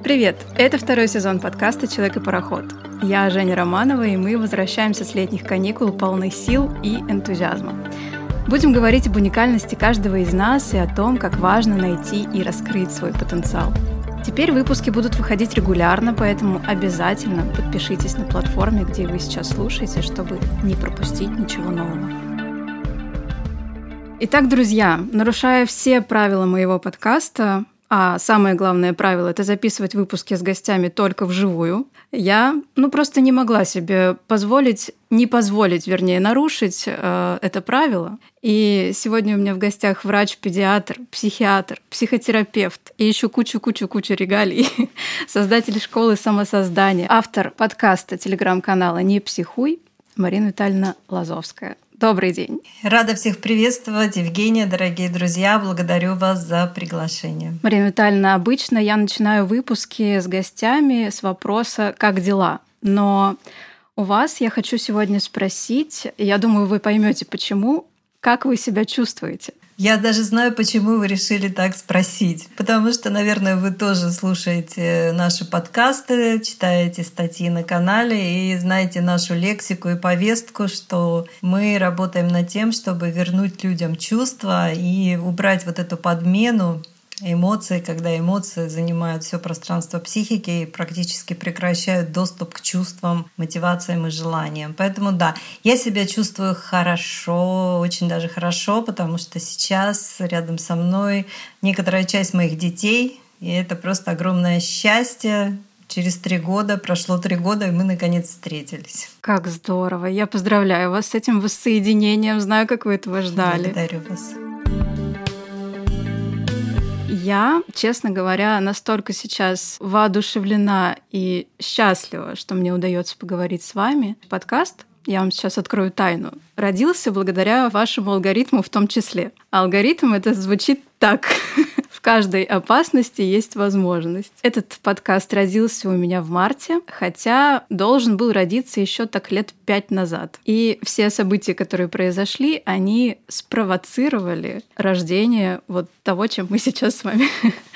Привет! Это второй сезон подкаста «Человек и пароход». Я Женя Романова, и мы возвращаемся с летних каникул полны сил и энтузиазма. Будем говорить об уникальности каждого из нас и о том, как важно найти и раскрыть свой потенциал. Теперь выпуски будут выходить регулярно, поэтому обязательно подпишитесь на платформе, где вы сейчас слушаете, чтобы не пропустить ничего нового. Итак, друзья, нарушая все правила моего подкаста, а самое главное правило – это записывать выпуски с гостями только вживую, я просто не могла себе нарушить это правило. И сегодня у меня в гостях врач-педиатр, психиатр, психотерапевт и еще кучу регалий, создатель школы самосоздания, автор подкаста телеграм-канала «Не психуй» Марина Витальевна Лазовская. Добрый день. Рада всех приветствовать. Евгения, дорогие друзья, благодарю вас за приглашение. Марина Витальевна, обычно я начинаю выпуски с гостями с вопроса «Как дела?». Но у вас я хочу сегодня спросить, я думаю, вы поймете, почему, как вы себя чувствуете? Я даже знаю, почему вы решили так спросить. Потому что, наверное, вы тоже слушаете наши подкасты, читаете статьи на канале и знаете нашу лексику и повестку, что мы работаем над тем, чтобы вернуть людям чувства и убрать вот эту подмену эмоций, когда эмоции занимают все пространство психики и практически прекращают доступ к чувствам, мотивациям и желаниям. Поэтому да, я себя чувствую хорошо, очень даже хорошо, потому что сейчас рядом со мной некоторая часть моих детей, и это просто огромное счастье. Прошло 3 года, и мы наконец встретились. Как здорово! Я поздравляю вас с этим воссоединением. Знаю, как вы этого ждали. Благодарю вас. Я, честно говоря, настолько сейчас воодушевлена и счастлива, что мне удается поговорить с вами. Подкаст, я вам сейчас открою тайну, родился благодаря вашему алгоритму в том числе. Алгоритм это звучит так. В каждой опасности есть возможность. Этот подкаст родился у меня в марте, хотя должен был родиться еще так лет 5 назад. И все события, которые произошли, они спровоцировали рождение вот того, чем мы сейчас с вами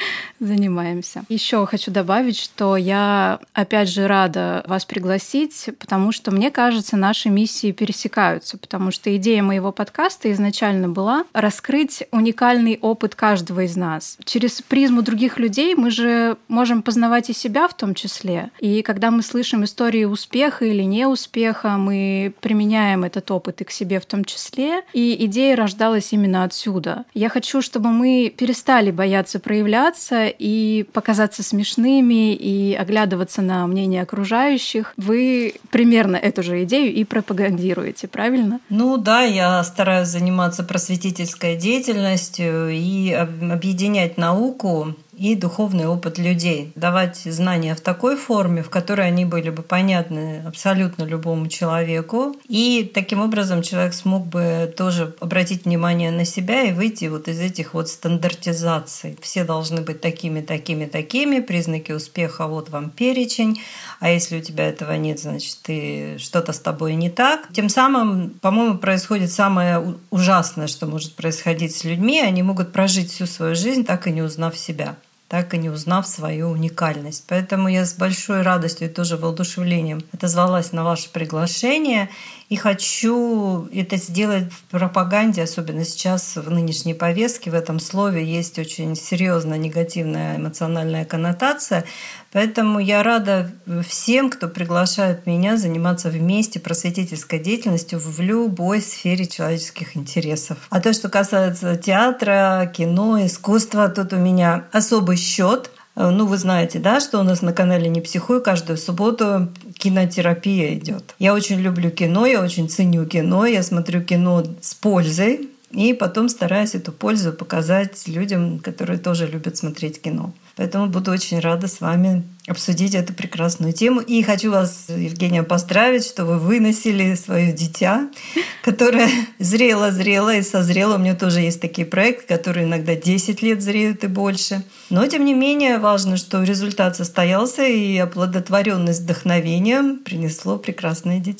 занимаемся. Еще хочу добавить, что я, опять же, рада вас пригласить, потому что, мне кажется, наши миссии пересекаются, потому что идея моего подкаста изначально была раскрыть уникальный опыт каждого из нас. Через призму других людей мы же можем познавать и себя в том числе. И когда мы слышим истории успеха или неуспеха, мы применяем этот опыт и к себе в том числе. И идея рождалась именно отсюда. Я хочу, чтобы мы перестали бояться проявляться и показаться смешными, и оглядываться на мнение окружающих. Вы примерно эту же идею и пропагандируете, правильно? Да, я стараюсь заниматься просветительской деятельностью и объединять науку и духовный опыт людей, давать знания в такой форме, в которой они были бы понятны абсолютно любому человеку. И таким образом человек смог бы тоже обратить внимание на себя и выйти вот из этих вот стандартизаций. Все должны быть такими, признаки успеха, вот вам перечень. А если у тебя этого нет, значит, что-то с тобой не так. Тем самым, по-моему, происходит самое ужасное, что может происходить с людьми. Они могут прожить всю свою жизнь, так и не узнав себя, так и не узнав свою уникальность. Поэтому я с большой радостью и тоже воодушевлением отозвалась на ваше приглашение и хочу это сделать в пропаганде, особенно сейчас в нынешней повестке. В этом слове есть очень серьезная негативная эмоциональная коннотация. Поэтому я рада всем, кто приглашает меня заниматься вместе просветительской деятельностью в любой сфере человеческих интересов. А то, что касается театра, кино, искусства, тут у меня особый счет. Вы знаете, да, что у нас на канале «Не психуй» каждую субботу кинотерапия идет. Я очень люблю кино, я очень ценю кино, я смотрю кино с пользой и потом стараюсь эту пользу показать людям, которые тоже любят смотреть кино. Поэтому буду очень рада с вами обсудить эту прекрасную тему. И хочу вас, Евгения, поздравить, что вы выносили свое дитя, которое зрело и созрело. У меня тоже есть такие проекты, которые иногда 10 лет зреют и больше. Но, тем не менее, важно, что результат состоялся, и оплодотворенность вдохновением принесло прекрасное дитя.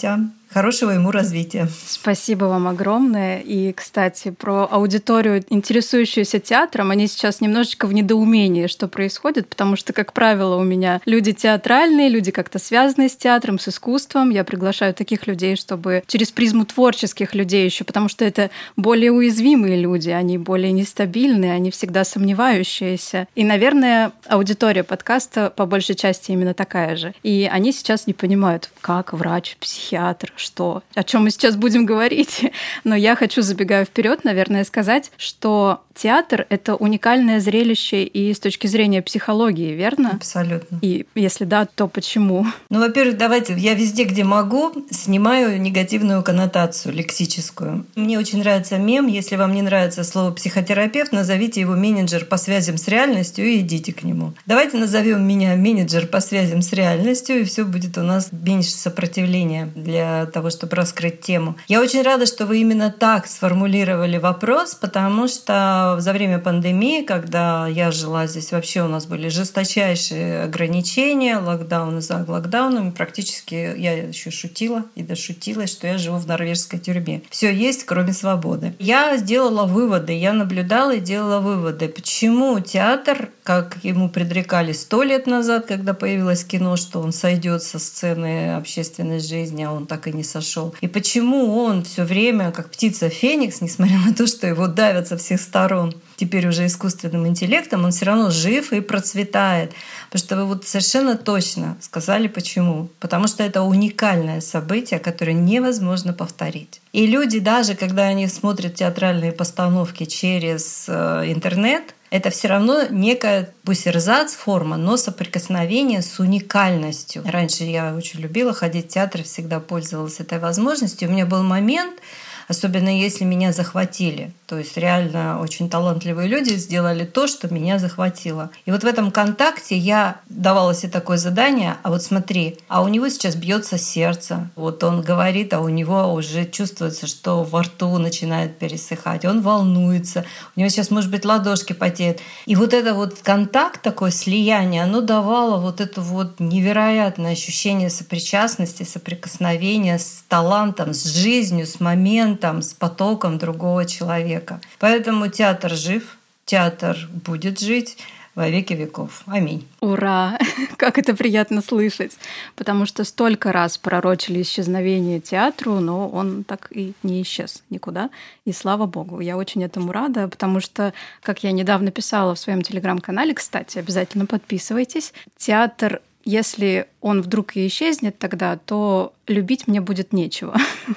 Хорошего ему развития. Спасибо вам огромное. И, кстати, про аудиторию, интересующуюся театром, они сейчас немножечко в недоумении, что происходит, потому что, как правило, у меня люди театральные, люди как-то связанные с театром, с искусством. Я приглашаю таких людей, чтобы через призму творческих людей еще, потому что это более уязвимые люди, они более нестабильные, они всегда сомневающиеся. И, наверное, аудитория подкаста по большей части именно такая же. И они сейчас не понимают, как врач, психиатр, что, о чем мы сейчас будем говорить. Но я хочу, забегая вперед, наверное, сказать, что театр — это уникальное зрелище и с точки зрения психологии, верно? Абсолютно. И если да, то почему? Ну, во-первых, давайте, я везде, где могу, снимаю негативную коннотацию лексическую. Мне очень нравится мем. Если вам не нравится слово «психотерапевт», назовите его «менеджер по связям с реальностью» и идите к нему. Давайте назовем меня «менеджер по связям с реальностью», и все будет у нас меньше сопротивления для того, чтобы раскрыть тему. Я очень рада, что вы именно так сформулировали вопрос, потому что за время пандемии, когда я жила здесь, вообще у нас были жесточайшие ограничения, локдауны за локдаунами. Практически я еще шутила и дошутилась, что я живу в норвежской тюрьме. Все есть, кроме свободы. Я сделала выводы, я наблюдала и делала выводы. Почему театр, как ему предрекали 100 лет назад, когда появилось кино, что он сойдет со сцены общественной жизни, а он так и не сошел. И почему он все время, как птица Феникс, несмотря на то, что его давят со всех сторон, теперь уже искусственным интеллектом, он все равно жив и процветает. Потому что вы вот совершенно точно сказали почему. Потому что это уникальное событие, которое невозможно повторить. И люди, даже когда они смотрят театральные постановки через интернет, это все равно некая, пусть эрзац форма, но соприкосновение с уникальностью. Раньше я очень любила ходить в театр, всегда пользовалась этой возможностью. У меня был момент, особенно если меня захватили. То есть реально очень талантливые люди сделали то, что меня захватило. И вот в этом контакте я давала себе такое задание, а вот смотри, а у него сейчас бьется сердце. Вот он говорит, а у него уже чувствуется, что во рту начинает пересыхать. Он волнуется, у него сейчас, может быть, ладошки потеют. И вот это вот контакт, такое слияние, оно давало вот это вот невероятное ощущение сопричастности, соприкосновения с талантом, с жизнью, с моментом, с потоком другого человека. Поэтому театр жив, театр будет жить во веки веков. Аминь. Ура! Как это приятно слышать! Потому что столько раз пророчили исчезновение театру, но он так и не исчез никуда. И слава богу, я очень этому рада, потому что, как я недавно писала в своем телеграм-канале, кстати, обязательно подписывайтесь, театр, если он вдруг и исчезнет тогда, то любить мне будет нечего.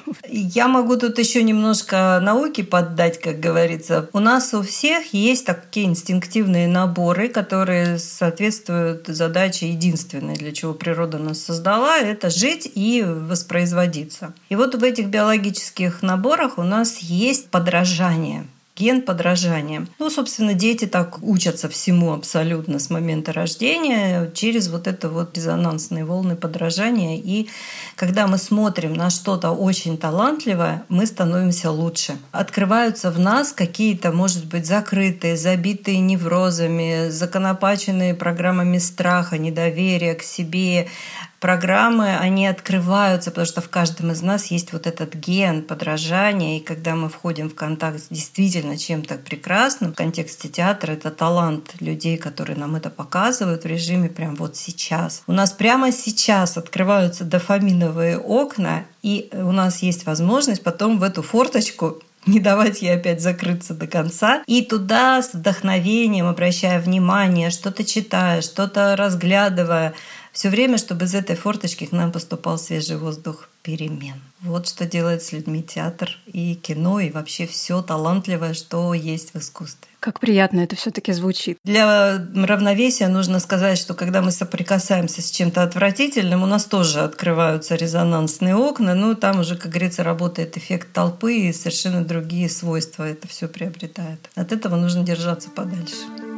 Я могу тут еще немножко науки поддать, как говорится. У нас у всех есть такие инстинктивные наборы, которые соответствуют задаче единственной, для чего природа нас создала, это жить и воспроизводиться. И вот в этих биологических наборах у нас есть подражание. Ген подражания. Ну, собственно, дети так учатся всему абсолютно с момента рождения через вот это вот резонансные волны подражания. И когда мы смотрим на что-то очень талантливое, мы становимся лучше. Открываются в нас какие-то, может быть, закрытые, забитые неврозами, законопаченные программами страха, недоверия к себе, программы, они открываются, потому что в каждом из нас есть вот этот ген подражания, и когда мы входим в контакт с действительно чем-то прекрасным, в контексте театра это талант людей, которые нам это показывают в режиме прям вот сейчас. У нас прямо сейчас открываются дофаминовые окна, и у нас есть возможность потом в эту форточку не давать ей опять закрыться до конца. И туда с вдохновением, обращая внимание, что-то читая, что-то разглядывая, все время, чтобы из этой форточки к нам поступал свежий воздух перемен. Вот что делает с людьми театр и кино, и вообще все талантливое, что есть в искусстве. Как приятно это все-таки звучит. Для равновесия нужно сказать, что когда мы соприкасаемся с чем-то отвратительным, у нас тоже открываются резонансные окна, но там уже, как говорится, работает эффект толпы, и совершенно другие свойства это все приобретает. От этого нужно держаться подальше.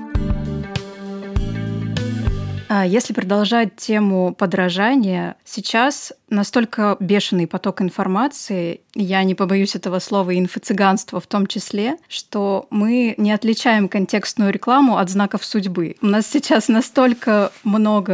Если продолжать тему подражания, сейчас настолько бешеный поток информации, я не побоюсь этого слова, инфо-цыганство в том числе, что мы не отличаем контекстную рекламу от знаков судьбы. У нас сейчас настолько много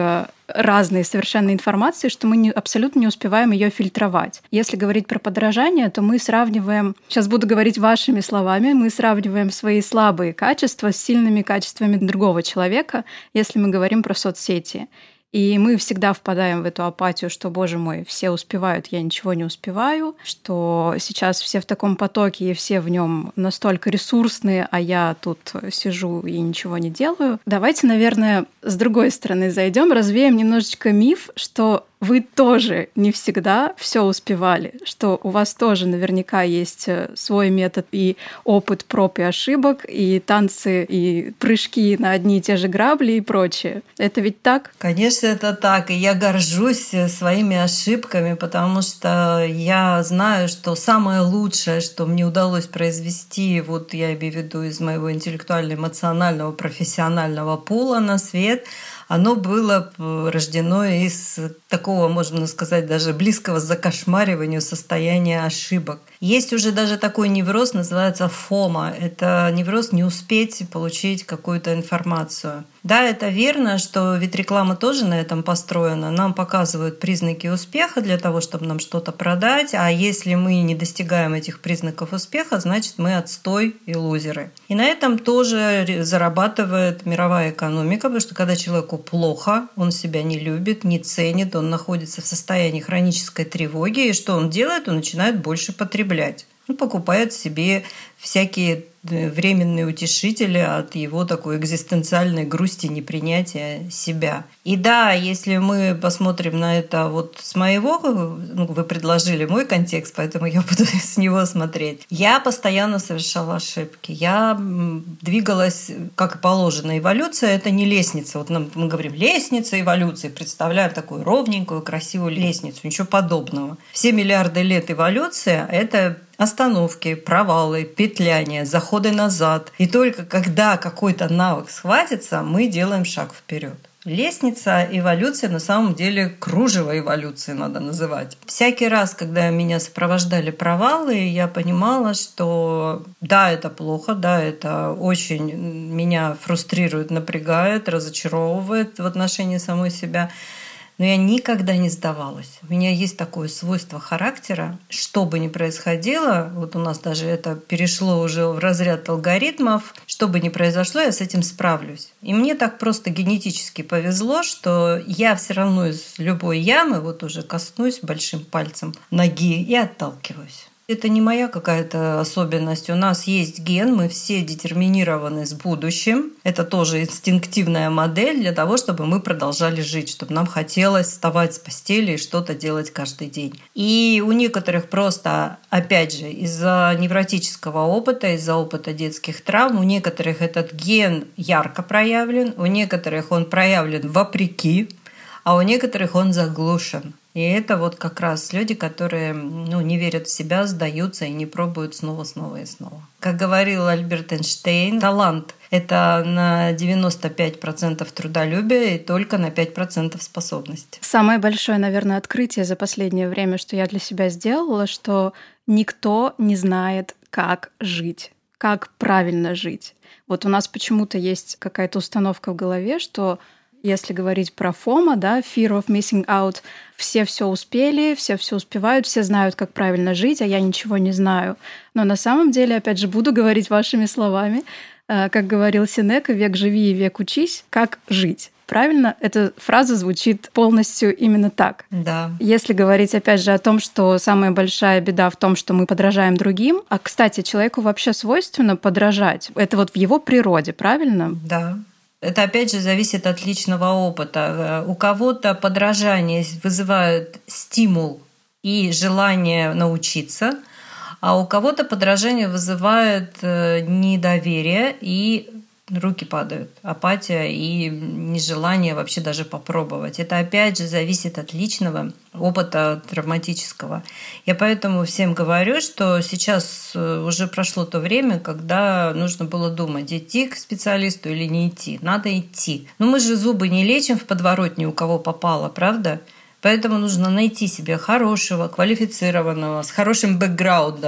разной совершенно информации, что мы абсолютно не успеваем ее фильтровать. Если говорить про подражание, то мы сравниваем, сейчас буду говорить вашими словами, мы сравниваем свои слабые качества с сильными качествами другого человека, если мы говорим про соцсети. И мы всегда впадаем в эту апатию, что, боже мой, все успевают, я ничего не успеваю, что сейчас все в таком потоке, и все в нем настолько ресурсные, а я тут сижу и ничего не делаю. Давайте, наверное, с другой стороны зайдем, развеем немножечко миф, что вы тоже не всегда все успевали, что у вас тоже наверняка есть свой метод и опыт проб и ошибок, и танцы, и прыжки на одни и те же грабли и прочее. Это ведь так? Конечно, это так. И я горжусь своими ошибками, потому что я знаю, что самое лучшее, что мне удалось произвести, вот я имею в виду из моего интеллектуально-эмоционального, профессионального пула на свет, оно было рождено из такого, можно сказать, даже близкого закошмариванию состояния ошибок. Есть уже даже такой невроз, называется ФОМА. Это невроз не успеть получить какую-то информацию. Да, это верно, что ведь реклама тоже на этом построена. Нам показывают признаки успеха для того, чтобы нам что-то продать. А если мы не достигаем этих признаков успеха, значит, мы отстой и лузеры. И на этом тоже зарабатывает мировая экономика, потому что когда человеку плохо, он себя не любит, не ценит, он находится в состоянии хронической тревоги. И что он делает? Он начинает больше потреблять. Он покупает себе всякие временные утешители от его такой экзистенциальной грусти, непринятия себя. И да, если мы посмотрим на это вот с моего, вы предложили мой контекст, поэтому я буду с него смотреть. Я постоянно совершала ошибки. Я двигалась, как и положено. Эволюция — это не лестница. Вот мы говорим лестница эволюции, представляем такую ровненькую, красивую лестницу. Ничего подобного. Все миллиарды лет эволюции — это остановки, провалы, петляния, заходы назад. И только когда какой-то навык схватится, мы делаем шаг вперед. Лестница эволюции на самом деле кружево эволюции надо называть. Всякий раз, когда меня сопровождали провалы, я понимала, что да, это плохо, да, это очень меня фрустрирует, напрягает, разочаровывает в отношении самой себя. Но я никогда не сдавалась. У меня есть такое свойство характера. Что бы ни происходило, вот у нас даже это перешло уже в разряд алгоритмов, что бы ни произошло, я с этим справлюсь. И мне так просто генетически повезло, что я все равно из любой ямы вот уже коснусь большим пальцем ноги и отталкиваюсь. Это не моя какая-то особенность. У нас есть ген, мы все детерминированы с будущим. Это тоже инстинктивная модель для того, чтобы мы продолжали жить, чтобы нам хотелось вставать с постели и что-то делать каждый день. И у некоторых просто, опять же, из-за невротического опыта, из-за опыта детских травм, у некоторых этот ген ярко проявлен, у некоторых он проявлен вопреки, а у некоторых он заглушен. И это вот как раз люди, которые не верят в себя, сдаются и не пробуют снова и снова. Как говорил Альберт Эйнштейн, талант — это на 95% трудолюбия и только на 5% способности. Самое большое, наверное, открытие за последнее время, что я для себя сделала, что никто не знает, как жить, как правильно жить. Вот у нас почему-то есть какая-то установка в голове, что если говорить про FOMO, да, Fear of Missing Out, все успели, все успевают, все знают, как правильно жить, а я ничего не знаю. Но на самом деле, опять же, буду говорить вашими словами, как говорил Сенека, «Век живи и век учись, как жить». Правильно? Эта фраза звучит полностью именно так. Да. Если говорить, опять же, о том, что самая большая беда в том, что мы подражаем другим, а, кстати, человеку вообще свойственно подражать. Это вот в его природе, правильно? Да. Это, опять же, зависит от личного опыта. У кого-то подражание вызывает стимул и желание научиться, а у кого-то подражание вызывает недоверие и руки падают, апатия и нежелание вообще даже попробовать. Это опять же зависит от личного опыта травматического. Я поэтому всем говорю, что сейчас уже прошло то время, когда нужно было думать, идти к специалисту или не идти. Надо идти. Но мы же зубы не лечим в подворотне, у кого попало, правда? Поэтому нужно найти себе хорошего, квалифицированного, с хорошим бэкграундом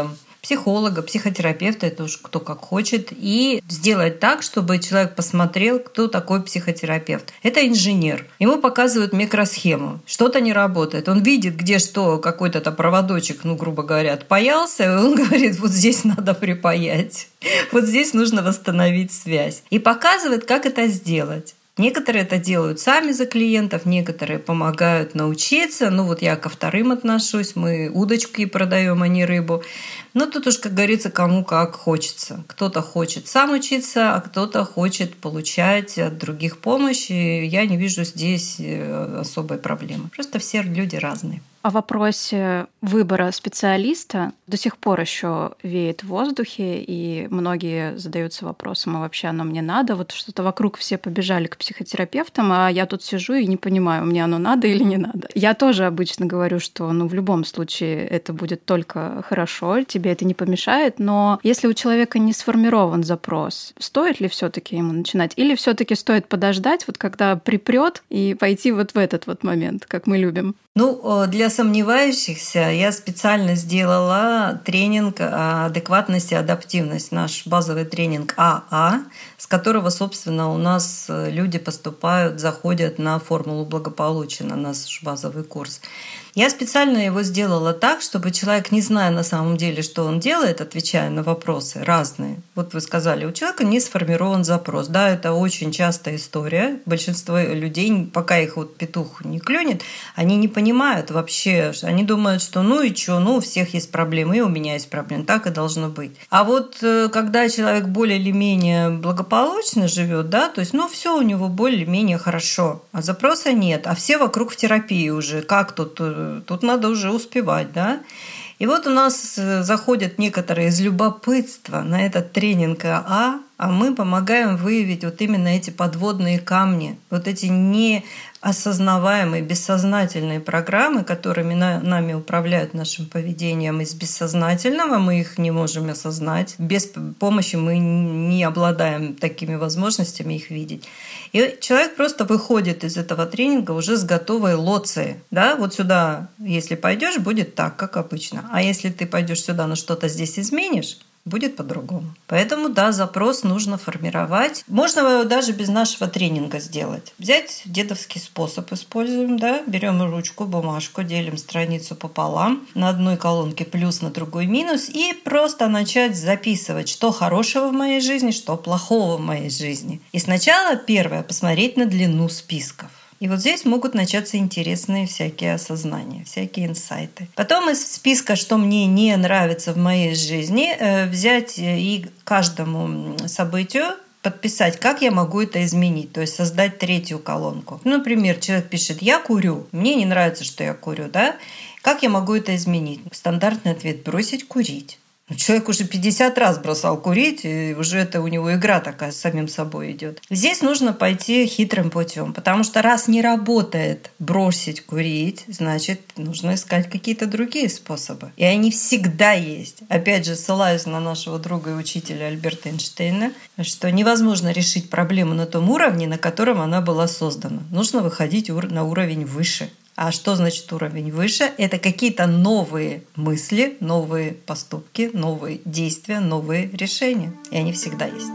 психолога, психотерапевта, это уж кто как хочет, и сделать так, чтобы человек посмотрел, кто такой психотерапевт. Это инженер. Ему показывают микросхему. Что-то не работает. Он видит, где что, какой-то проводочек, грубо говоря, отпаялся, и он говорит, вот здесь надо припаять. Вот здесь нужно восстановить связь. И показывает, как это сделать. Некоторые это делают сами за клиентов, некоторые помогают научиться. Я ко вторым отношусь, мы удочки продаем, а не рыбу. Но тут уж, как говорится, кому как хочется. Кто-то хочет сам учиться, а кто-то хочет получать от других помощь. И я не вижу здесь особой проблемы. Просто все люди разные. О вопросе выбора специалиста до сих пор еще веет в воздухе, и многие задаются вопросом, а вообще оно мне надо? Вот что-то вокруг все побежали к психотерапевтам, а я тут сижу и не понимаю, мне оно надо или не надо. Я тоже обычно говорю, что в любом случае это будет только хорошо, тебе это не помешает, но если у человека не сформирован запрос, стоит ли все-таки ему начинать? Или все-таки стоит подождать, когда припрет, и пойти в этот момент, как мы любим? Для сомневающихся я специально сделала тренинг «Адекватность и адаптивность», наш базовый тренинг АА, с которого, собственно, у нас люди поступают, заходят на формулу благополучия, на наш базовый курс. Я специально его сделала так, чтобы человек, не зная на самом деле, что он делает, отвечая на вопросы разные. Вот вы сказали, у человека не сформирован запрос. Да, это очень частая история. Большинство людей, пока их петух не клюнет, они не понимают вообще. Они думают, что у всех есть проблемы, и у меня есть проблемы. Так и должно быть. А когда человек более или менее благополучно живет, да, то есть, все у него более-менее хорошо, а запроса нет, а все вокруг в терапии уже. Как тут надо уже успевать, да? И у нас заходят некоторые из любопытства на этот тренинг АА, а мы помогаем выявить именно эти подводные камни, эти неосознаваемые, бессознательные программы, которыми нами управляют нашим поведением из бессознательного, мы их не можем осознать, без помощи мы не обладаем такими возможностями их видеть. И человек просто выходит из этого тренинга уже с готовой лоцией. Да? Сюда, если пойдешь, будет так, как обычно. А если ты пойдешь сюда, но что-то здесь изменишь, будет по-другому. Поэтому, да, запрос нужно формировать. Можно его даже без нашего тренинга сделать. Взять дедовский способ используем, да, берем ручку, бумажку, делим страницу пополам, на одной колонке плюс, на другой минус, и просто начать записывать, что хорошего в моей жизни, что плохого в моей жизни. И сначала первое, посмотреть на длину списков. И здесь могут начаться интересные всякие осознания, всякие инсайты. Потом из списка, что мне не нравится в моей жизни, взять и каждому событию подписать, как я могу это изменить, то есть создать третью колонку. Например, человек пишет: «Я курю, мне не нравится, что я курю, да? Как я могу это изменить?» Стандартный ответ – бросить курить. Человек уже 50 раз бросал курить, и уже это у него игра такая с самим собой идет. Здесь нужно пойти хитрым путем, потому что раз не работает бросить курить, значит, нужно искать какие-то другие способы. И они всегда есть. Опять же, ссылаюсь на нашего друга и учителя Альберта Эйнштейна, что невозможно решить проблему на том уровне, на котором она была создана. Нужно выходить на уровень выше. А что значит уровень выше? Это какие-то новые мысли, новые поступки, новые действия, новые решения. И они всегда есть.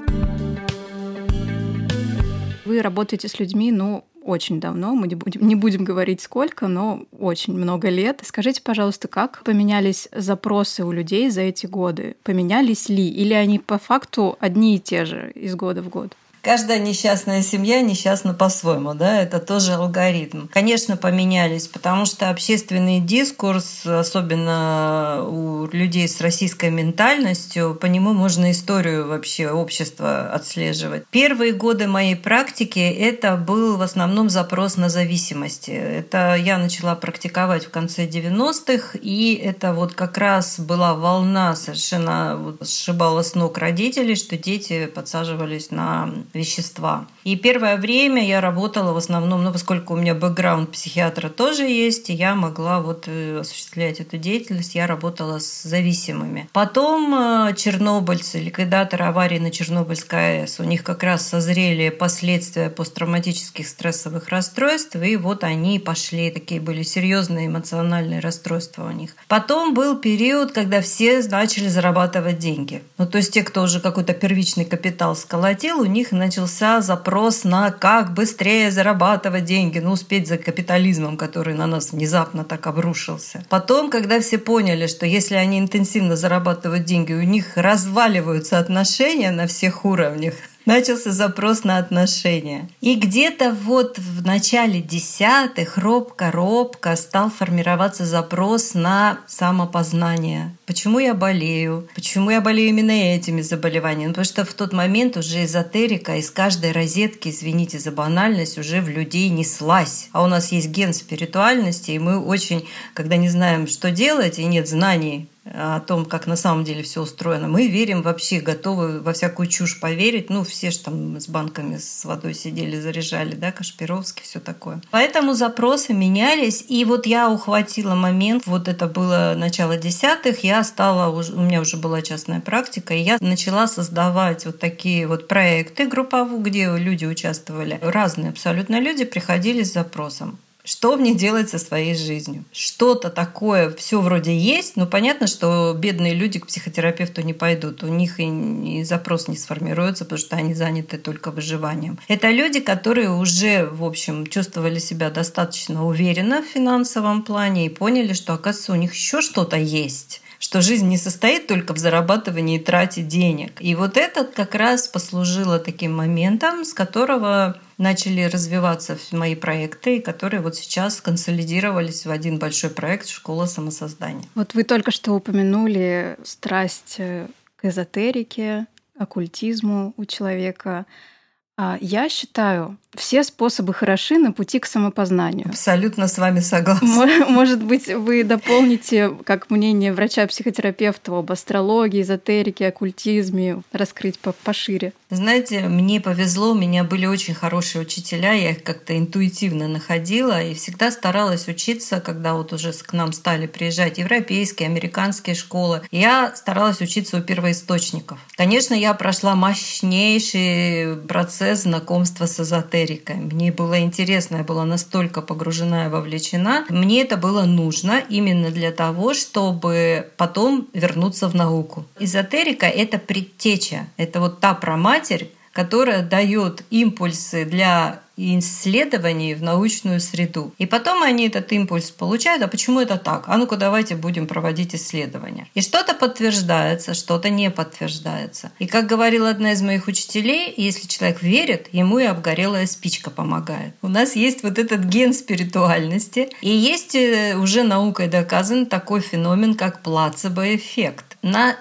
Вы работаете с людьми, очень давно, мы не будем говорить сколько, но очень много лет. Скажите, пожалуйста, как поменялись запросы у людей за эти годы? Поменялись ли? Или они по факту одни и те же из года в год? Каждая несчастная семья несчастна по-своему, да, это тоже алгоритм. Конечно, поменялись, потому что общественный дискурс, особенно у людей с российской ментальностью, по нему можно историю вообще общества отслеживать. Первые годы моей практики это был в основном запрос на зависимости. Это я начала практиковать в конце 90-х, и это как раз была волна, совершенно сшибала с ног родителей, что дети подсаживались на вещества. И первое время я работала в основном, поскольку у меня бэкграунд психиатра тоже есть, и я могла осуществлять эту деятельность, я работала с зависимыми. Потом чернобыльцы, ликвидаторы аварии на Чернобыльской АЭС, у них как раз созрели последствия посттравматических стрессовых расстройств, и они пошли, такие были серьезные эмоциональные расстройства у них. Потом был период, когда все начали зарабатывать деньги. То есть те, кто уже какой-то первичный капитал сколотил, у них начался запрос на как быстрее зарабатывать деньги, успеть за капитализмом, который на нас внезапно так обрушился. Потом, когда все поняли, что если они интенсивно зарабатывают деньги, у них разваливаются отношения на всех уровнях, начался запрос на отношения. И где-то в начале десятых робко стал формироваться запрос на самопознание. Почему я болею? Почему я болею именно этими заболеваниями? Потому что в тот момент уже эзотерика из каждой розетки, извините за банальность, уже в людей неслась. А у нас есть ген спиритуальности, и мы очень, когда не знаем, что делать, и нет знаний о том, как на самом деле все устроено, мы верим вообще, готовы во всякую чушь поверить. Все же там с банками с водой сидели, заряжали, Кашпировский, все такое. Поэтому запросы менялись. И я ухватила момент, это было начало десятых, у меня уже была частная практика, и я начала создавать такие проекты групповые, где люди участвовали. Разные абсолютно люди приходили с запросом. Что мне делать со своей жизнью? Что-то такое, все вроде есть, но понятно, что бедные люди к психотерапевту не пойдут. У них и запрос не сформируется, потому что они заняты только выживанием. Это люди, которые уже, в общем, чувствовали себя достаточно уверенно в финансовом плане и поняли, что, оказывается, у них еще что-то есть, что жизнь не состоит только в зарабатывании и трате денег. И это как раз послужило таким моментом, с которого начали развиваться мои проекты, которые сейчас консолидировались в один большой проект «Школа самосоздания». Вы только что упомянули страсть к эзотерике, оккультизму у человека. Я считаю, все способы хороши на пути к самопознанию. Абсолютно с вами согласна. Может быть, вы дополните, как мнение врача-психотерапевта об астрологии, эзотерике, оккультизме, раскрыть пошире? Знаете, мне повезло, у меня были очень хорошие учителя, я их как-то интуитивно находила и всегда старалась учиться, когда уже к нам стали приезжать европейские, американские школы. Я старалась учиться у первоисточников. Конечно, я прошла мощнейший процесс знакомства с эзотерикой. Мне было интересно, я была настолько погружена и вовлечена. Мне это было нужно именно для того, чтобы потом вернуться в науку. Эзотерика — это предтеча, это та праматерь, которая дает импульсы для исследований в научную среду. И потом они этот импульс получают. А почему это так? А ну-ка давайте будем проводить исследования. И что-то подтверждается, что-то не подтверждается. И как говорила одна из моих учителей, если человек верит, ему и обгорелая спичка помогает. У нас есть этот ген спиритуальности. И есть уже наукой доказан такой феномен, как плацебо-эффект. На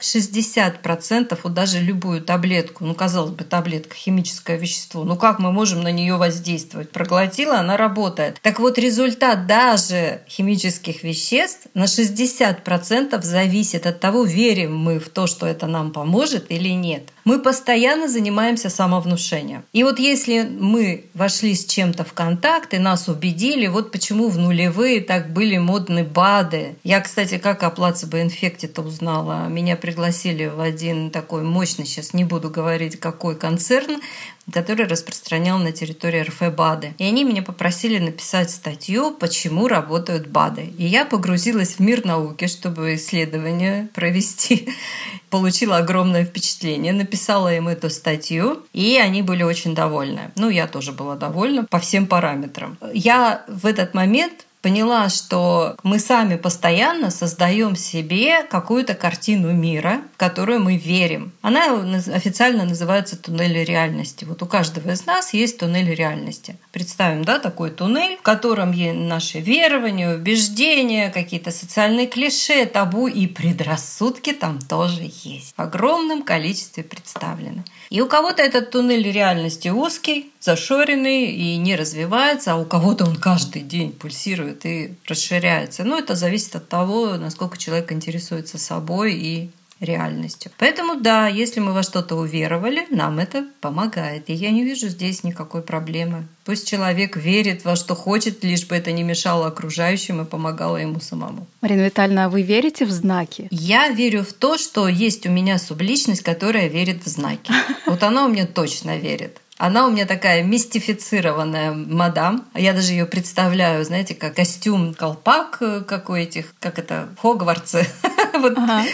60% даже любую таблетку, казалось бы, таблетка, химическое вещество, как мы можем на нее воздействовать? Проглотила, она работает. Так результат даже химических веществ на 60% зависит от того, верим мы в то, что это нам поможет или нет. Мы постоянно занимаемся самовнушением. И если мы вошли с чем-то в контакт и нас убедили, почему в нулевые так были модны БАДы. Я, кстати, как о плацебо-эффекте-то узнала. Меня пригласили в один такой мощный, сейчас не буду говорить, какой концерн, который распространял на территории РФ БАДы. И они меня попросили написать статью, почему работают БАДы. И я погрузилась в мир науки, чтобы исследование провести. Получила огромное впечатление, написала им эту статью, и они были очень довольны. Я тоже была довольна по всем параметрам. Я в этот момент поняла, что мы сами постоянно создаем себе какую-то картину мира, в которую мы верим. Она официально называется туннель реальности. У каждого из нас есть туннель реальности. Представим, такой туннель, в котором есть наши верования, убеждения, какие-то социальные клише, табу и предрассудки там тоже есть. В огромном количестве представлены. И у кого-то этот туннель реальности узкий, зашоренный и не развивается, а у кого-то он каждый день пульсирует и расширяется. Это зависит от того, насколько человек интересуется собой и реальностью. Поэтому да, если мы во что-то уверовали, нам это помогает. И я не вижу здесь никакой проблемы. Пусть человек верит во что хочет, лишь бы это не мешало окружающим и помогало ему самому. Марина Витальевна, а вы верите в знаки? Я верю в то, что есть у меня субличность, которая верит в знаки. Вот она у меня точно верит. Она у меня такая мистифицированная мадам. Я даже ее представляю, знаете, как костюм-колпак, как у этих, как это, Хогвартсы. Вот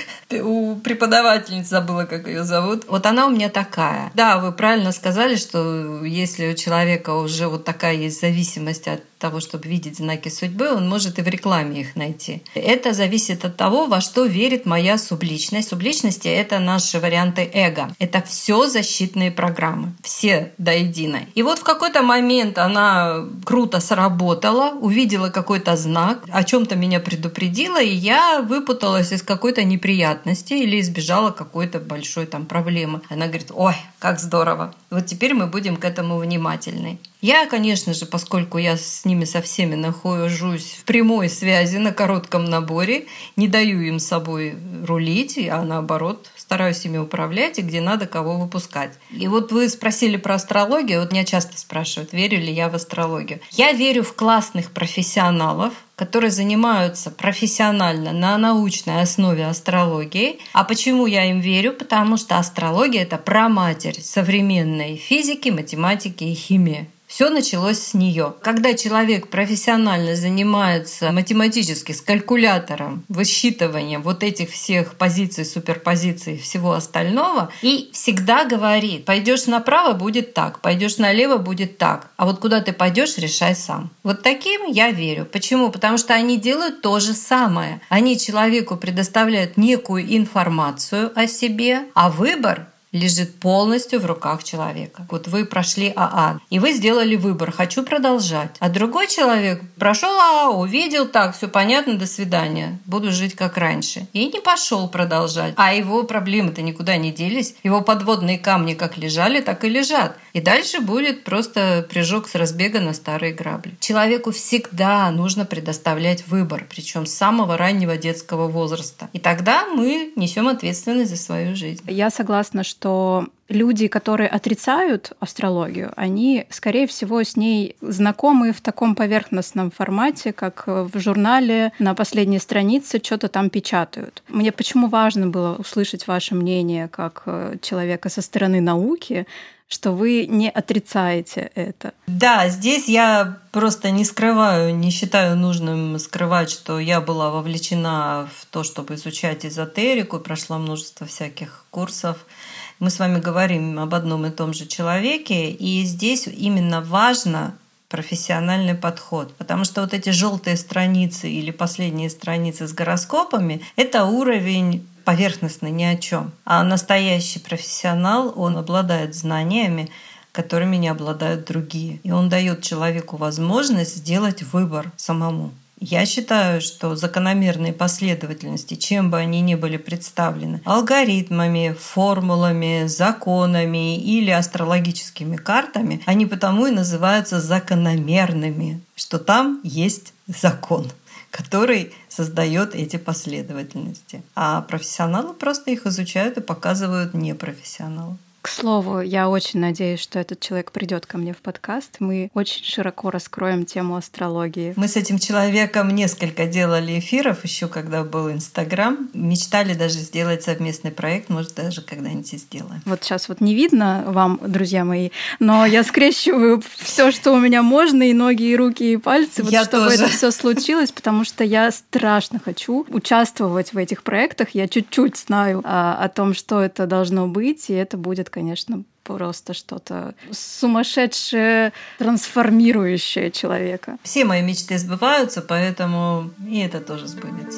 у преподавательницы забыла, как ее зовут. Вот она у меня такая. Да, вы правильно сказали, что если у человека уже вот такая есть зависимость от того, чтобы видеть знаки судьбы, он может и в рекламе их найти. Это зависит от того, во что верит моя субличность. Субличности — это наши варианты эго. Это все защитные программы. Все до единой. И вот в какой-то момент она круто сработала, увидела какой-то знак, о чем-то меня предупредила, и я выпуталась из какой-то неприятности или избежала какой-то большой там проблемы. Она говорит: ой, как здорово. Вот теперь мы будем к этому внимательны. Я, конечно же, поскольку я с ними со всеми нахожусь в прямой связи, на коротком наборе, не даю им собой рулить, а наоборот стараюсь ими управлять и где надо кого выпускать. И вот вы спросили про астрологию. Вот меня часто спрашивают, верю ли я в астрологию. Я верю в классных профессионалов, которые занимаются профессионально на научной основе астрологией. А почему я им верю? Потому что астрология — это праматерь современной физики, математики и химии. Все началось с нее. Когда человек профессионально занимается математически с калькулятором, высчитыванием вот этих всех позиций, суперпозиций и всего остального, и всегда говорит: пойдешь направо — будет так, пойдешь налево — будет так, а вот куда ты пойдешь — решай сам. Вот таким я верю. Почему? Потому что они делают то же самое. Они человеку предоставляют некую информацию о себе, а выбор лежит полностью в руках человека. Вот вы прошли АА, и вы сделали выбор: хочу продолжать. А другой человек прошел АА, увидел, так, все понятно, до свидания, буду жить как раньше. И не пошел продолжать. А его проблемы-то никуда не делись. Его подводные камни как лежали, так и лежат. И дальше будет просто прыжок с разбега на старые грабли. Человеку всегда нужно предоставлять выбор, причем с самого раннего детского возраста. И тогда мы несем ответственность за свою жизнь. Я согласна, что люди, которые отрицают астрологию, они, скорее всего, с ней знакомы в таком поверхностном формате, как в журнале на последней странице что-то там печатают. Мне почему важно было услышать ваше мнение как человека со стороны науки, что вы не отрицаете это. Да, здесь я просто не скрываю, не считаю нужным скрывать, что я была вовлечена в то, чтобы изучать эзотерику, прошла множество всяких курсов. Мы с вами говорим об одном и том же человеке, и здесь именно важно профессиональный подход, потому что вот эти желтые страницы или последние страницы с гороскопами — это уровень поверхностный, ни о чем. А настоящий профессионал, он обладает знаниями, которыми не обладают другие. И он дает человеку возможность сделать выбор самому. Я считаю, что закономерные последовательности, чем бы они ни были представлены, алгоритмами, формулами, законами или астрологическими картами, они потому и называются закономерными, что там есть закон, который создает эти последовательности. А профессионалы просто их изучают и показывают непрофессионалам. К слову, я очень надеюсь, что этот человек придет ко мне в подкаст. Мы очень широко раскроем тему астрологии. Мы с этим человеком несколько делали эфиров, еще когда был Инстаграм. Мечтали даже сделать совместный проект, может, даже когда-нибудь и сделаем. Вот сейчас вот не видно вам, друзья мои, но я скрещиваю все, что у меня можно, и ноги, и руки, и пальцы, вот, чтобы это все случилось, потому что я страшно хочу участвовать в этих проектах. Я чуть-чуть знаю о том, что это должно быть, и это будет, конечно, просто что-то сумасшедшее, трансформирующее человека. Все мои мечты сбываются, поэтому и это тоже сбудется.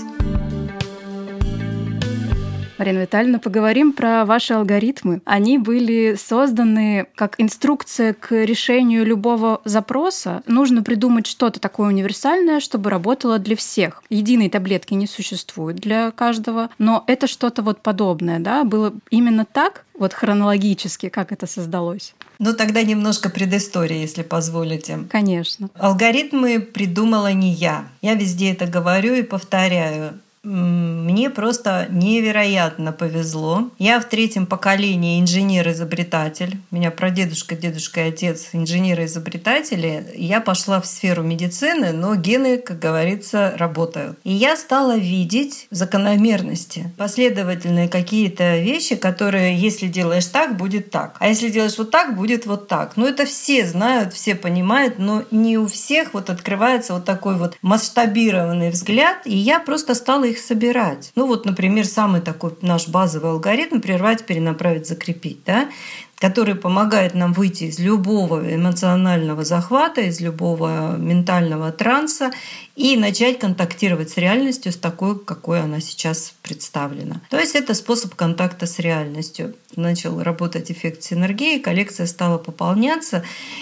Марина Витальевна, поговорим про ваши алгоритмы. Они были созданы как инструкция к решению любого запроса. Нужно придумать что-то такое универсальное, чтобы работало для всех. Единой таблетки не существует для каждого, но это что-то вот подобное, да? Было именно так, вот хронологически, как это создалось? Ну, тогда немножко предыстории, если позволите. Конечно. Алгоритмы придумала не я. Я везде это говорю и повторяю. мне просто невероятно повезло. Я в 3-м поколении инженер-изобретатель. У меня прадедушка, дедушка и отец инженеры-изобретатели. Я пошла в сферу медицины, но гены, как говорится, работают. И я стала видеть закономерности, последовательные какие-то вещи, которые, если делаешь так, будет так. А если делаешь вот так, будет вот так. Ну, это все знают, все понимают, но не у всех вот открывается вот такой вот масштабированный взгляд, и я просто стала их собирать. Ну вот, например, самый такой наш базовый алгоритм — прервать, перенаправить, закрепить, да, который помогает нам выйти из любого эмоционального захвата, из любого ментального транса и начать контактировать с реальностью с такой, какой она сейчас представлена. То есть это способ контакта с реальностью. Начал работать эффект синергии, коллекция стала пополняться.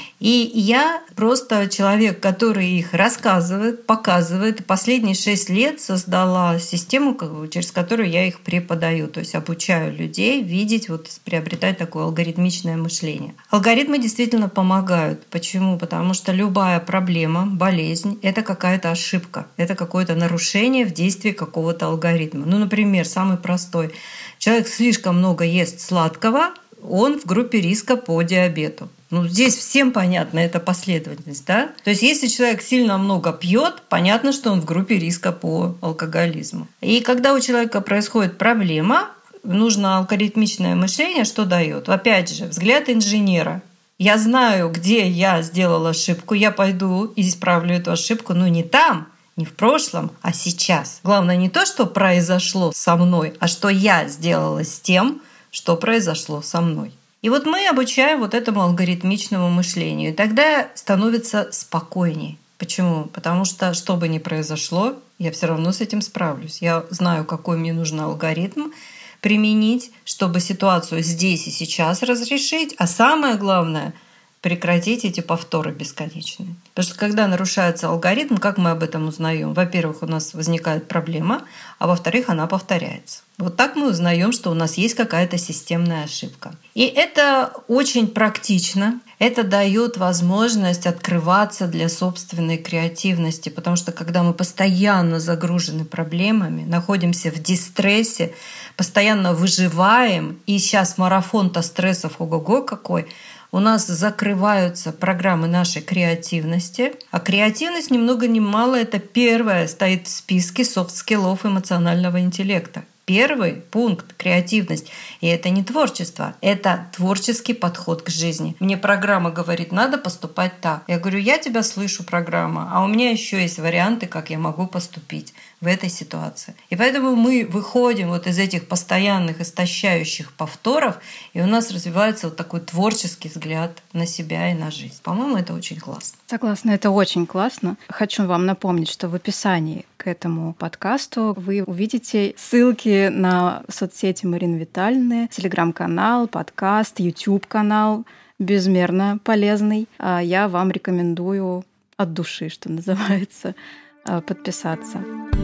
И я просто человек, который их рассказывает, показывает. Последние 6 лет создала систему, через которую я их преподаю. То есть обучаю людей видеть, вот, приобретать такое алгоритмичное мышление. Алгоритмы действительно помогают. Почему? Потому что любая проблема, болезнь — это какая-то ошибка. Это какое-то нарушение в действии какого-то алгоритма. Ну, например, самый простой. Человек слишком много ест сладкого, он в группе риска по диабету. Ну, здесь всем понятна эта последовательность, да? То есть, если человек сильно много пьет, понятно, что он в группе риска по алкоголизму. И когда у человека происходит проблема, нужно алгоритмичное мышление, что дает? Опять же, взгляд инженера. Я знаю, где я сделал ошибку, я пойду и исправлю эту ошибку, но не там, не в прошлом, а сейчас. Главное не то, что произошло со мной, а что я сделала с тем, что произошло со мной. И вот мы обучаем вот этому алгоритмичному мышлению. И тогда становится спокойнее. Почему? Потому что бы ни произошло, я все равно с этим справлюсь. Я знаю, какой мне нужен алгоритм применить, чтобы ситуацию здесь и сейчас разрешить. А самое главное — прекратить эти повторы бесконечные. Потому что когда нарушается алгоритм, как мы об этом узнаем? Во-первых, у нас возникает проблема, а во-вторых, она повторяется. Вот так мы узнаем, что у нас есть какая-то системная ошибка. И это очень практично. Это дает возможность открываться для собственной креативности, потому что когда мы постоянно загружены проблемами, находимся в дистрессе, постоянно выживаем, и сейчас марафон-то стрессов ого-го какой, у нас закрываются программы нашей креативности. А креативность ни много ни мало — это первое стоит в списке софт-скиллов эмоционального интеллекта. Первый пункт — креативность. И это не творчество, это творческий подход к жизни. Мне программа говорит, надо поступать так. Я говорю, я тебя слышу, программа, а у меня еще есть варианты, как я могу поступить в этой ситуации. И поэтому мы выходим вот из этих постоянных истощающих повторов, и у нас развивается вот такой творческий взгляд на себя и на жизнь. По-моему, это очень классно. Согласна, это очень классно. Хочу вам напомнить, что в описании к этому подкасту вы увидите ссылки на соцсети Марины Витальевны, телеграм-канал, подкаст, YouTube-канал, безмерно полезный. Я вам рекомендую от души, что называется, подписаться.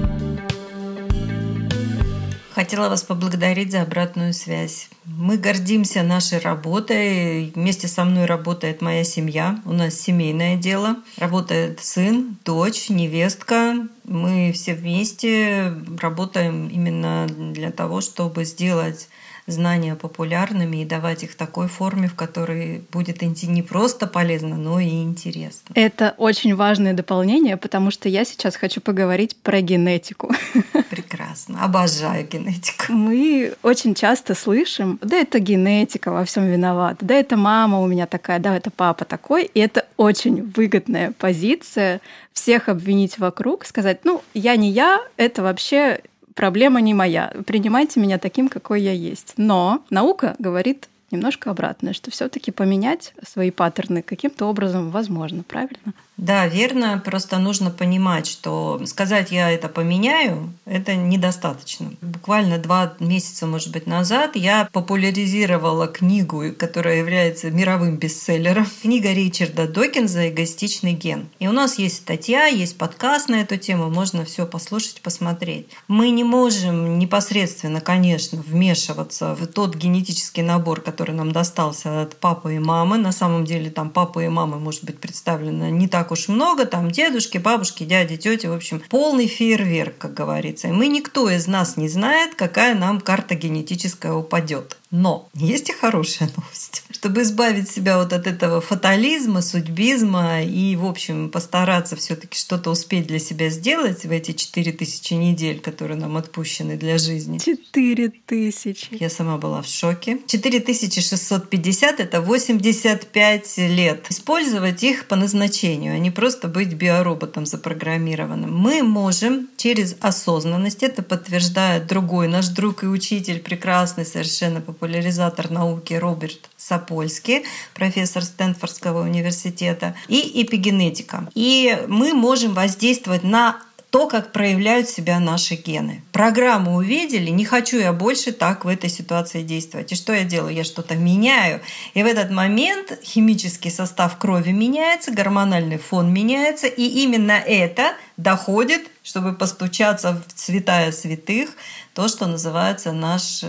Хотела вас поблагодарить за обратную связь. Мы гордимся нашей работой. Вместе со мной работает моя семья. У нас семейное дело. Работает сын, дочь, невестка. Мы все вместе работаем именно для того, чтобы сделать знания популярными и давать их в такой форме, в которой будет не просто полезно, но и интересно. Это очень важное дополнение, потому что я сейчас хочу поговорить про генетику. Прекрасно. Обожаю генетику. Мы очень часто слышим, да это генетика во всем виновата, да это мама у меня такая, да это папа такой. И это очень выгодная позиция всех обвинить вокруг, сказать, ну я не я, это вообще проблема не моя. Принимайте меня таким, какой я есть. Но наука говорит немножко обратное, что все-таки поменять свои паттерны каким-то образом возможно, правильно? Да, верно. Просто нужно понимать, что сказать «я это поменяю» — это недостаточно. Буквально 2 месяца, может быть, назад я популяризировала книгу, которая является мировым бестселлером. Книга Ричарда Докинза «Эгоистичный ген». И у нас есть статья, есть подкаст на эту тему, можно все послушать, посмотреть. Мы не можем непосредственно, конечно, вмешиваться в тот генетический набор, который нам достался от папы и мамы. На самом деле там папа и мама, может быть, представлены не так так уж много, там дедушки, бабушки, дяди, тети, в общем, полный фейерверк, как говорится. И никто из нас не знает, какая нам карта генетическая упадет. Но есть и хорошая новость. Чтобы избавить себя вот от этого фатализма, судьбизма и, в общем, постараться все-таки что-то успеть для себя сделать в эти 4000 недель, которые нам отпущены для жизни. 4000. Я сама была в шоке. 4650 — это 85 лет. Использовать их по назначению, а не просто быть биороботом запрограммированным. Мы можем через осознанность, это подтверждает другой наш друг и учитель, прекрасный совершенно популяризатор науки Роберт Сапольский, профессор Стэнфордского университета, и эпигенетика. И мы можем воздействовать на то, как проявляют себя наши гены. Программу увидели, не хочу я больше так в этой ситуации действовать. И что я делаю? Я что-то меняю. И в этот момент химический состав крови меняется, гормональный фон меняется, и именно это доходит, чтобы постучаться в святая святых, то, что называется наш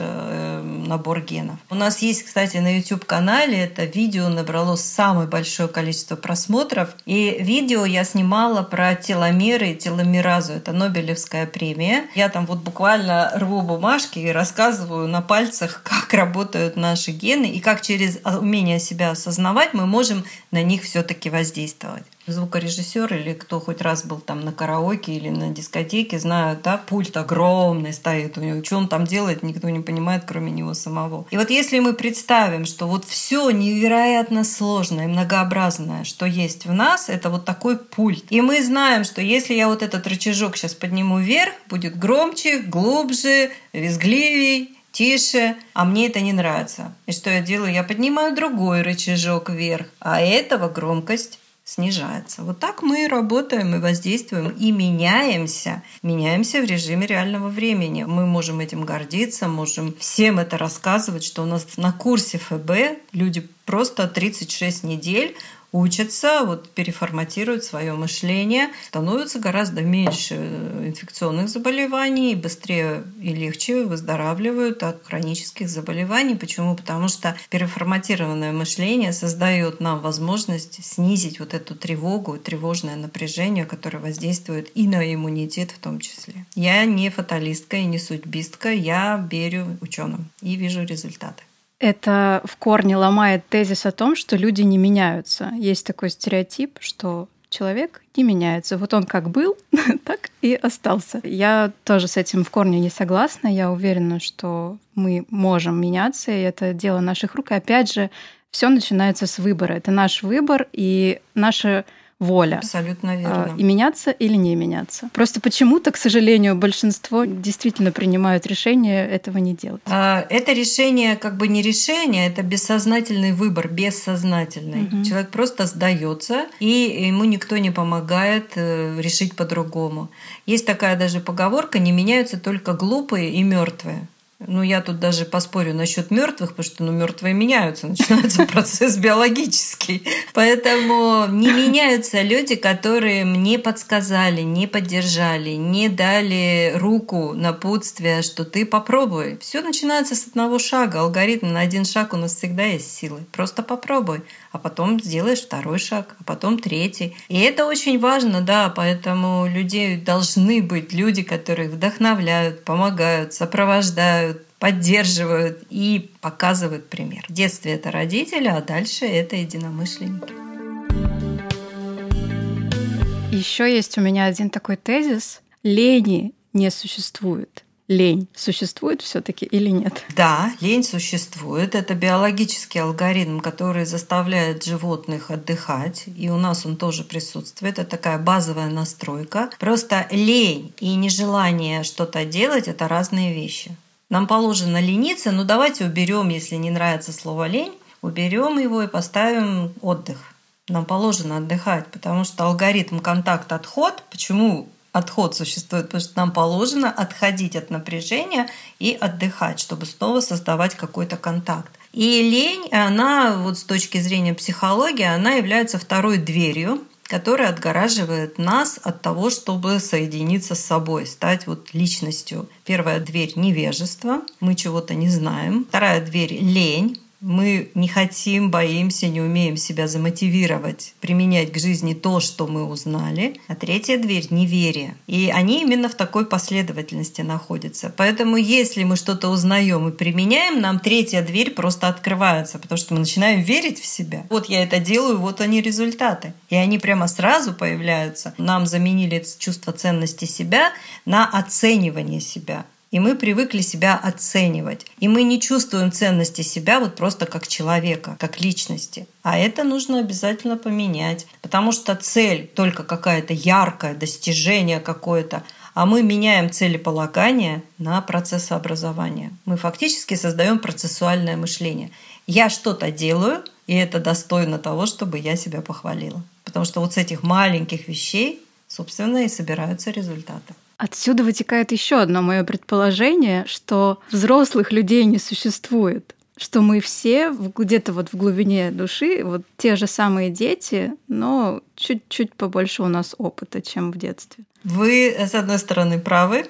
набор генов. У нас есть, кстати, на YouTube-канале это видео набрало самое большое количество просмотров. И видео я снимала про теломеры и теломеразу. Это Нобелевская премия. Я там вот буквально рву бумажки и рассказываю на пальцах, как работают наши гены и как через умение себя осознавать мы можем на них все-таки воздействовать. Звукорежиссер или кто хоть раз был там на караоке или на дискотеке, знают, да, пульт огромный стоит у него. Что он там делает, никто не понимает, кроме него самого. И вот если мы представим, что вот все невероятно сложное и многообразное, что есть в нас, это вот такой пульт. И мы знаем, что если я вот этот рычажок сейчас подниму вверх, будет громче, глубже, визгливей, тише, а мне это не нравится. И что я делаю? Я поднимаю другой рычажок вверх, а этого громкость снижается. Вот так мы работаем и воздействуем, и меняемся. Меняемся в режиме реального времени. Мы можем этим гордиться, можем всем это рассказывать, что у нас на курсе ФБ люди просто 36 недель учатся, вот, переформатируют свое мышление, становится гораздо меньше инфекционных заболеваний, быстрее и легче выздоравливают от хронических заболеваний. Почему? Потому что переформатированное мышление создает нам возможность снизить вот эту тревогу, тревожное напряжение, которое воздействует и на иммунитет в том числе. Я не фаталистка и не судьбистка, я верю ученым и вижу результаты. Это в корне ломает тезис о том, что люди не меняются. Есть такой стереотип, что человек не меняется. Вот он как был, так и остался. Я тоже с этим в корне не согласна. Я уверена, что мы можем меняться, и это дело наших рук. И опять же, все начинается с выбора. Это наш выбор и наша воля. Абсолютно верно. И меняться или не меняться. Просто почему-то, к сожалению, большинство действительно принимают решение этого не делать. Это решение как бы не решение, это бессознательный выбор, бессознательный. Угу. Человек просто сдается, и ему никто не помогает решить по-другому. Есть такая даже поговорка: не меняются только глупые и мертвые. Ну, я тут даже поспорю насчет мертвых, потому что мертвые меняются, начинается процесс биологический. Поэтому не меняются люди, которые мне подсказали, не поддержали, не дали руку, напутствие, что ты попробуй. Все начинается с одного шага. Алгоритм на один шаг у нас всегда есть силы. Просто попробуй. А потом сделаешь второй шаг, а потом третий. И это очень важно, да, поэтому людей должны быть люди, которые вдохновляют, помогают, сопровождают, поддерживают и показывают пример. В детстве это родители, а дальше это единомышленники. Еще есть у меня один такой тезис: лени не существует. Лень существует все-таки или нет? Да, лень существует. Это биологический алгоритм, который заставляет животных отдыхать. И у нас он тоже присутствует. Это такая базовая настройка. Просто лень и нежелание что-то делать — это разные вещи. Нам положено лениться, но давайте уберем, если не нравится слово лень, уберем его и поставим отдых. Нам положено отдыхать, потому что алгоритм контакт-отход. Почему отход существует? Потому что нам положено отходить от напряжения и отдыхать, чтобы снова создавать какой-то контакт. И лень, она вот с точки зрения психологии, она является второй дверью, которая отгораживает нас от того, чтобы соединиться с собой, стать вот личностью. Первая дверь — невежество, мы чего-то не знаем. Вторая дверь — лень. Мы не хотим, боимся, не умеем себя замотивировать, применять к жизни то, что мы узнали. А третья дверь — неверие. И они именно в такой последовательности находятся. Поэтому если мы что-то узнаем и применяем, нам третья дверь просто открывается, потому что мы начинаем верить в себя. Вот я это делаю, вот они результаты. И они прямо сразу появляются. Нам заменили чувство ценности себя на оценивание себя. И мы привыкли себя оценивать. И мы не чувствуем ценности себя вот просто как человека, как личности. А это нужно обязательно поменять. Потому что цель только какая-то яркая, достижение какое-то. А мы меняем целеполагание на процессообразование. Мы фактически создаем процессуальное мышление. Я что-то делаю, и это достойно того, чтобы я себя похвалила. Потому что вот с этих маленьких вещей, собственно, и собираются результаты. Отсюда вытекает еще одно мое предположение, что взрослых людей не существует, что мы все где-то вот в глубине души вот те же самые дети, но чуть-чуть побольше у нас опыта, чем в детстве. Вы, с одной стороны, правы,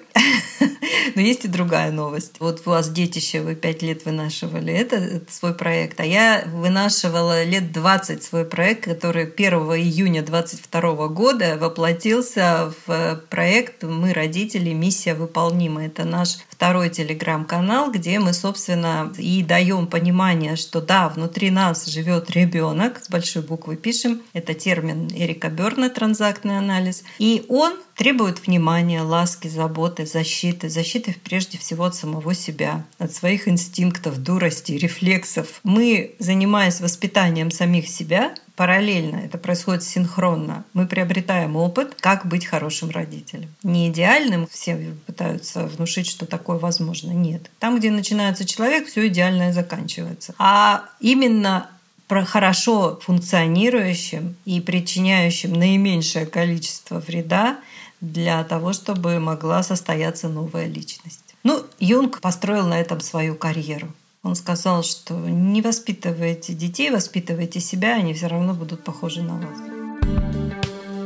но есть и другая новость. Вот у вас детище, вы 5 лет вынашивали этот свой проект, а я вынашивала лет 20 свой проект, который 1 июня 2022 года воплотился в проект «Мы, родители, миссия выполнима». Это наш второй телеграм-канал, где мы, собственно, и даем понимание, что да, внутри нас живет ребенок, с большой буквы пишем, это термин Эрика Берна, транзактный анализ, и он требует внимания, ласки, заботы, защиты прежде всего от самого себя, от своих инстинктов, дурости, рефлексов. Мы, занимаясь воспитанием самих себя, параллельно, это происходит синхронно, мы приобретаем опыт, как быть хорошим родителем. Не идеальным, все пытаются внушить, что такое возможно. Нет. Там, где начинается человек, все идеальное заканчивается. А именно хорошо функционирующим и причиняющим наименьшее количество вреда для того, чтобы могла состояться новая личность. Юнг построил на этом свою карьеру. Он сказал, что не воспитывайте детей, воспитывайте себя, они все равно будут похожи на вас.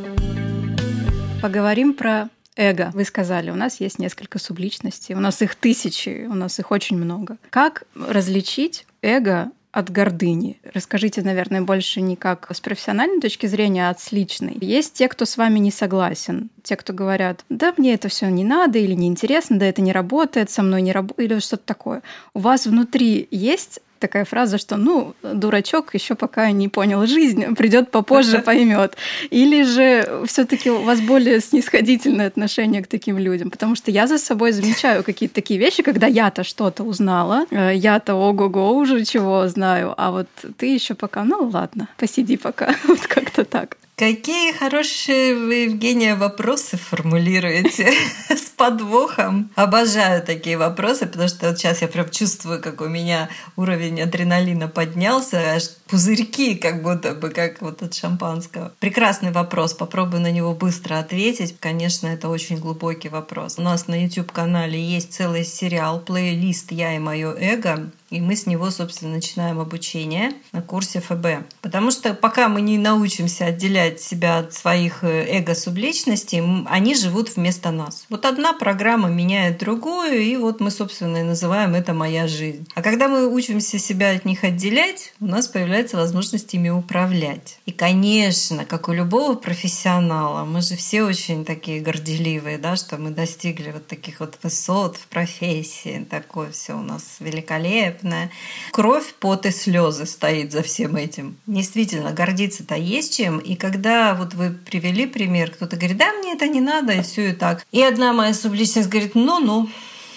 Поговорим про эго. Вы сказали, у нас есть несколько субличностей, у нас их тысячи, у нас их очень много. Как различить эго от гордыни? Расскажите, наверное, больше не как с профессиональной точки зрения, а с личной. Есть те, кто с вами не согласен. Те, кто говорят, да, мне это все не надо или неинтересно, да, это не работает, со мной не работает, или что-то такое. У вас внутри есть такая фраза, что, дурачок еще пока не понял жизнь, придет попозже, поймет. Или же все-таки у вас более снисходительное отношение к таким людям? Потому что я за собой замечаю какие-то такие вещи, когда я-то что-то узнала, я-то ого-го уже чего знаю, а вот ты еще пока, ладно, посиди пока, вот как-то так. Какие хорошие вы, Евгения, вопросы формулируете с подвохом. Обожаю такие вопросы, потому что вот сейчас я прям чувствую, как у меня уровень адреналина поднялся, аж пузырьки, как будто бы, как вот от шампанского. Прекрасный вопрос, попробую на него быстро ответить. Конечно, это очень глубокий вопрос. У нас на YouTube-канале есть целый сериал, плейлист «Я и мое эго», и мы с него, собственно, начинаем обучение на курсе ФБ. Потому что пока мы не научимся отделять себя от своих эго-субличностей, они живут вместо нас. Вот одна программа меняет другую, и вот мы, собственно, и называем это «моя жизнь». А когда мы учимся себя от них отделять, у нас появляется возможность ими управлять. И, конечно, как у любого профессионала, мы же все очень такие горделивые, да, что мы достигли вот таких вот высот в профессии. Такое все у нас великолепно. Кровь, пот и слезы стоит за всем этим. Действительно, гордиться-то есть чем. И когда вот вы привели пример, кто-то говорит, да, мне это не надо, и все и так. И одна моя субличность говорит, ну-ну.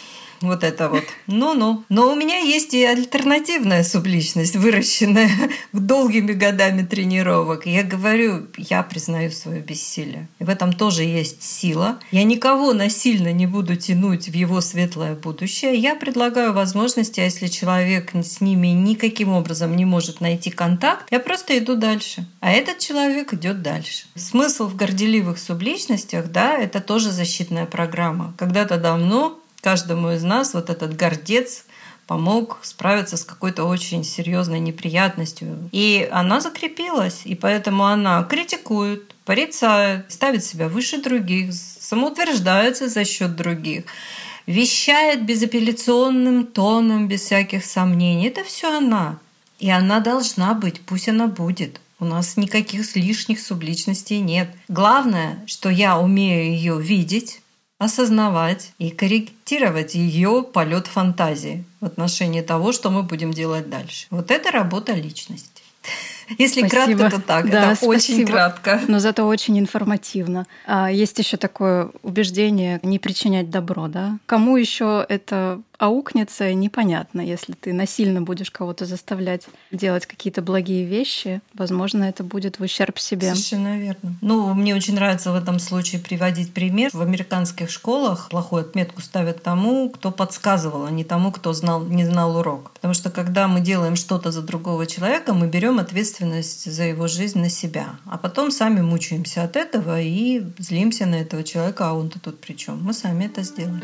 Вот это вот. Ну-ну. Но у меня есть и альтернативная субличность, выращенная долгими годами тренировок. И я говорю, я признаю свое бессилие. И в этом тоже есть сила. Я никого насильно не буду тянуть в его светлое будущее. Я предлагаю возможности, а если человек с ними никаким образом не может найти контакт, я просто иду дальше. А этот человек идет дальше. Смысл в горделивых субличностях, да, это тоже защитная программа. Когда-то давно каждому из нас вот этот гордец помог справиться с какой-то очень серьезной неприятностью. И она закрепилась, и поэтому она критикует, порицает, ставит себя выше других, самоутверждается за счет других, вещает безапелляционным тоном, без всяких сомнений. Это все она. И она должна быть, пусть она будет. У нас никаких лишних субличностей нет. Главное, что я умею ее видеть, осознавать и корректировать ее полет фантазии в отношении того, что мы будем делать дальше. Вот это работа личности. Если Спасибо. кратко, то так. Да, это очень кратко. Но зато очень информативно. Есть еще такое убеждение не причинять добро, да? Кому еще это аукнется, непонятно. Если ты насильно будешь кого-то заставлять делать какие-то благие вещи, возможно, это будет в ущерб себе. Совершенно верно. Мне очень нравится в этом случае приводить пример. В американских школах плохую отметку ставят тому, кто подсказывал, а не тому, кто не знал урок. Потому что когда мы делаем что-то за другого человека, мы берем ответственность за его жизнь на себя. А потом сами мучаемся от этого и злимся на этого человека, а он-то тут при чем? Мы сами это сделали.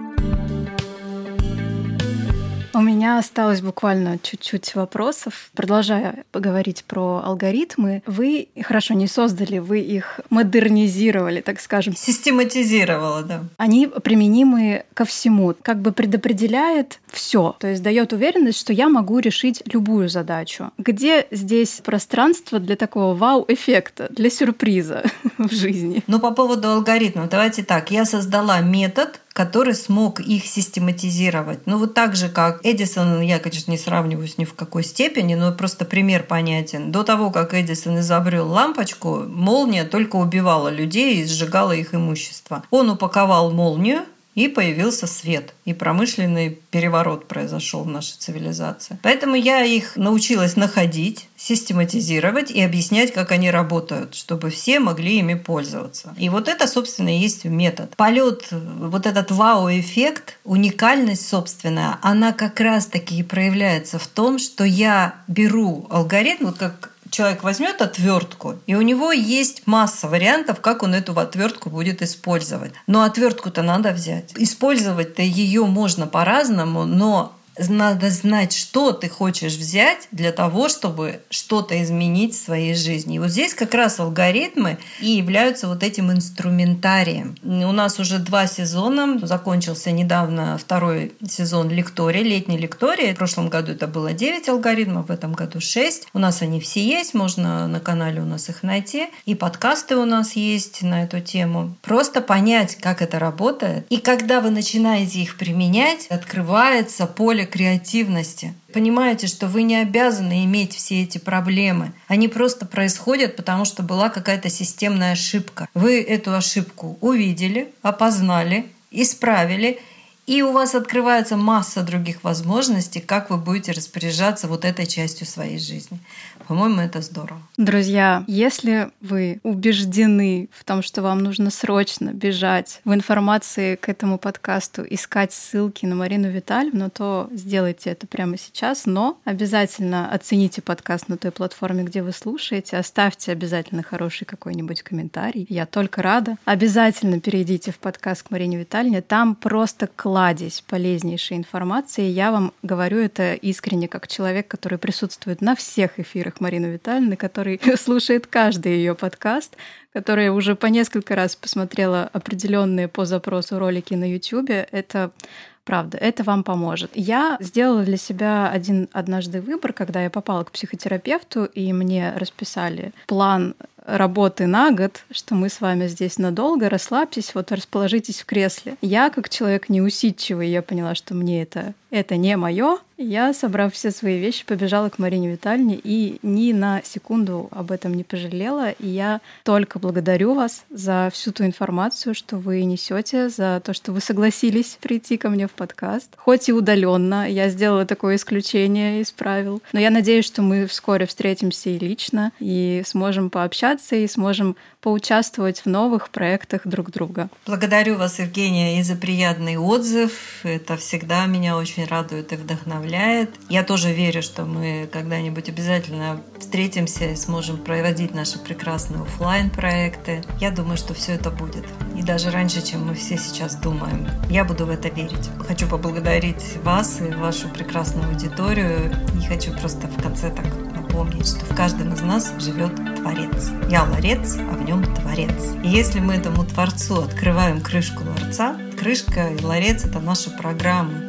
У меня осталось буквально чуть-чуть вопросов. Продолжая говорить про алгоритмы, вы хорошо не создали, вы их модернизировали, так скажем. Систематизировала, да. Они применимы ко всему, как бы предопределяет все, то есть дает уверенность, что я могу решить любую задачу. Где здесь пространство для такого вау-эффекта, для сюрприза в жизни? По поводу алгоритмов, давайте так. Я создала метод, который смог их систематизировать. Вот так же, как Эдисон, я, конечно, не сравниваюсь ни в какой степени, но просто пример понятен. До того, как Эдисон изобрел лампочку, молния только убивала людей и сжигала их имущество. Он упаковал молнию, и появился свет. И промышленный переворот произошел в нашей цивилизации. Поэтому я их научилась находить, систематизировать и объяснять, как они работают, чтобы все могли ими пользоваться. И вот это, собственно, и есть метод. Полет, вот этот вау-эффект, уникальность собственная, она как раз-таки и проявляется в том, что я беру алгоритм, вот как человек возьмет отвертку, и у него есть масса вариантов, как он эту отвертку будет использовать. Но отвертку-то надо взять. Использовать-то ее можно по-разному, но надо знать, что ты хочешь взять для того, чтобы что-то изменить в своей жизни. И вот здесь как раз алгоритмы и являются вот этим инструментарием. У нас уже 2 сезона. Закончился недавно 2-й сезон лектории, летней лектории. В прошлом году это было 9 алгоритмов, в этом году 6. У нас они все есть, можно на канале у нас их найти. И подкасты у нас есть на эту тему. Просто понять, как это работает. И когда вы начинаете их применять, открывается поле креативности. Понимаете, что вы не обязаны иметь все эти проблемы. Они просто происходят, потому что была какая-то системная ошибка. Вы эту ошибку увидели, опознали, исправили, и у вас открывается масса других возможностей, как вы будете распоряжаться вот этой частью своей жизни. По-моему, это здорово. Друзья, если вы убеждены в том, что вам нужно срочно бежать в информации к этому подкасту, искать ссылки на Марину Витальевну, то сделайте это прямо сейчас, но обязательно оцените подкаст на той платформе, где вы слушаете, оставьте обязательно хороший какой-нибудь комментарий. Я только рада. Обязательно перейдите в подкаст к Марине Витальевне. Там просто кладезь полезнейшей информации. Я вам говорю это искренне, как человек, который присутствует на всех эфирах Марины Витальевны, который слушает каждый ее подкаст, которая уже по несколько раз посмотрела определенные по запросу ролики на YouTube. Это правда, это вам поможет. Я сделала для себя однажды выбор, когда я попала к психотерапевту, и мне расписали план работы на год, что мы с вами здесь надолго, расслабьтесь, расположитесь в кресле. Я, как человек неусидчивый, я поняла, что мне это не мое. Я, собрав все свои вещи, побежала к Марине Витальевне и ни на секунду об этом не пожалела. И я только благодарю вас за всю ту информацию, что вы несете, за то, что вы согласились прийти ко мне в подкаст. Хоть и удаленно, я сделала такое исключение из правил. Но я надеюсь, что мы вскоре встретимся и лично, и сможем пообщаться, и сможем поучаствовать в новых проектах друг друга. Благодарю вас, Евгения, и за приятный отзыв. Это всегда меня очень радует и вдохновляет. Я тоже верю, что мы когда-нибудь обязательно встретимся и сможем проводить наши прекрасные офлайн-проекты. Я думаю, что все это будет. И даже раньше, чем мы все сейчас думаем. Я буду в это верить. Хочу поблагодарить вас и вашу прекрасную аудиторию. И хочу просто в конце так напомнить, что в каждом из нас живет Творец. Я ларец, а в нем Творец. И если мы этому Творцу открываем крышку ларца, крышка и ларец — это наша программа.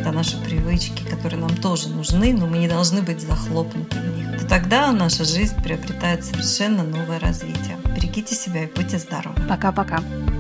это наши привычки, которые нам тоже нужны, но мы не должны быть захлопнуты в них, то тогда наша жизнь приобретает совершенно новое развитие. Берегите себя и будьте здоровы. Пока-пока.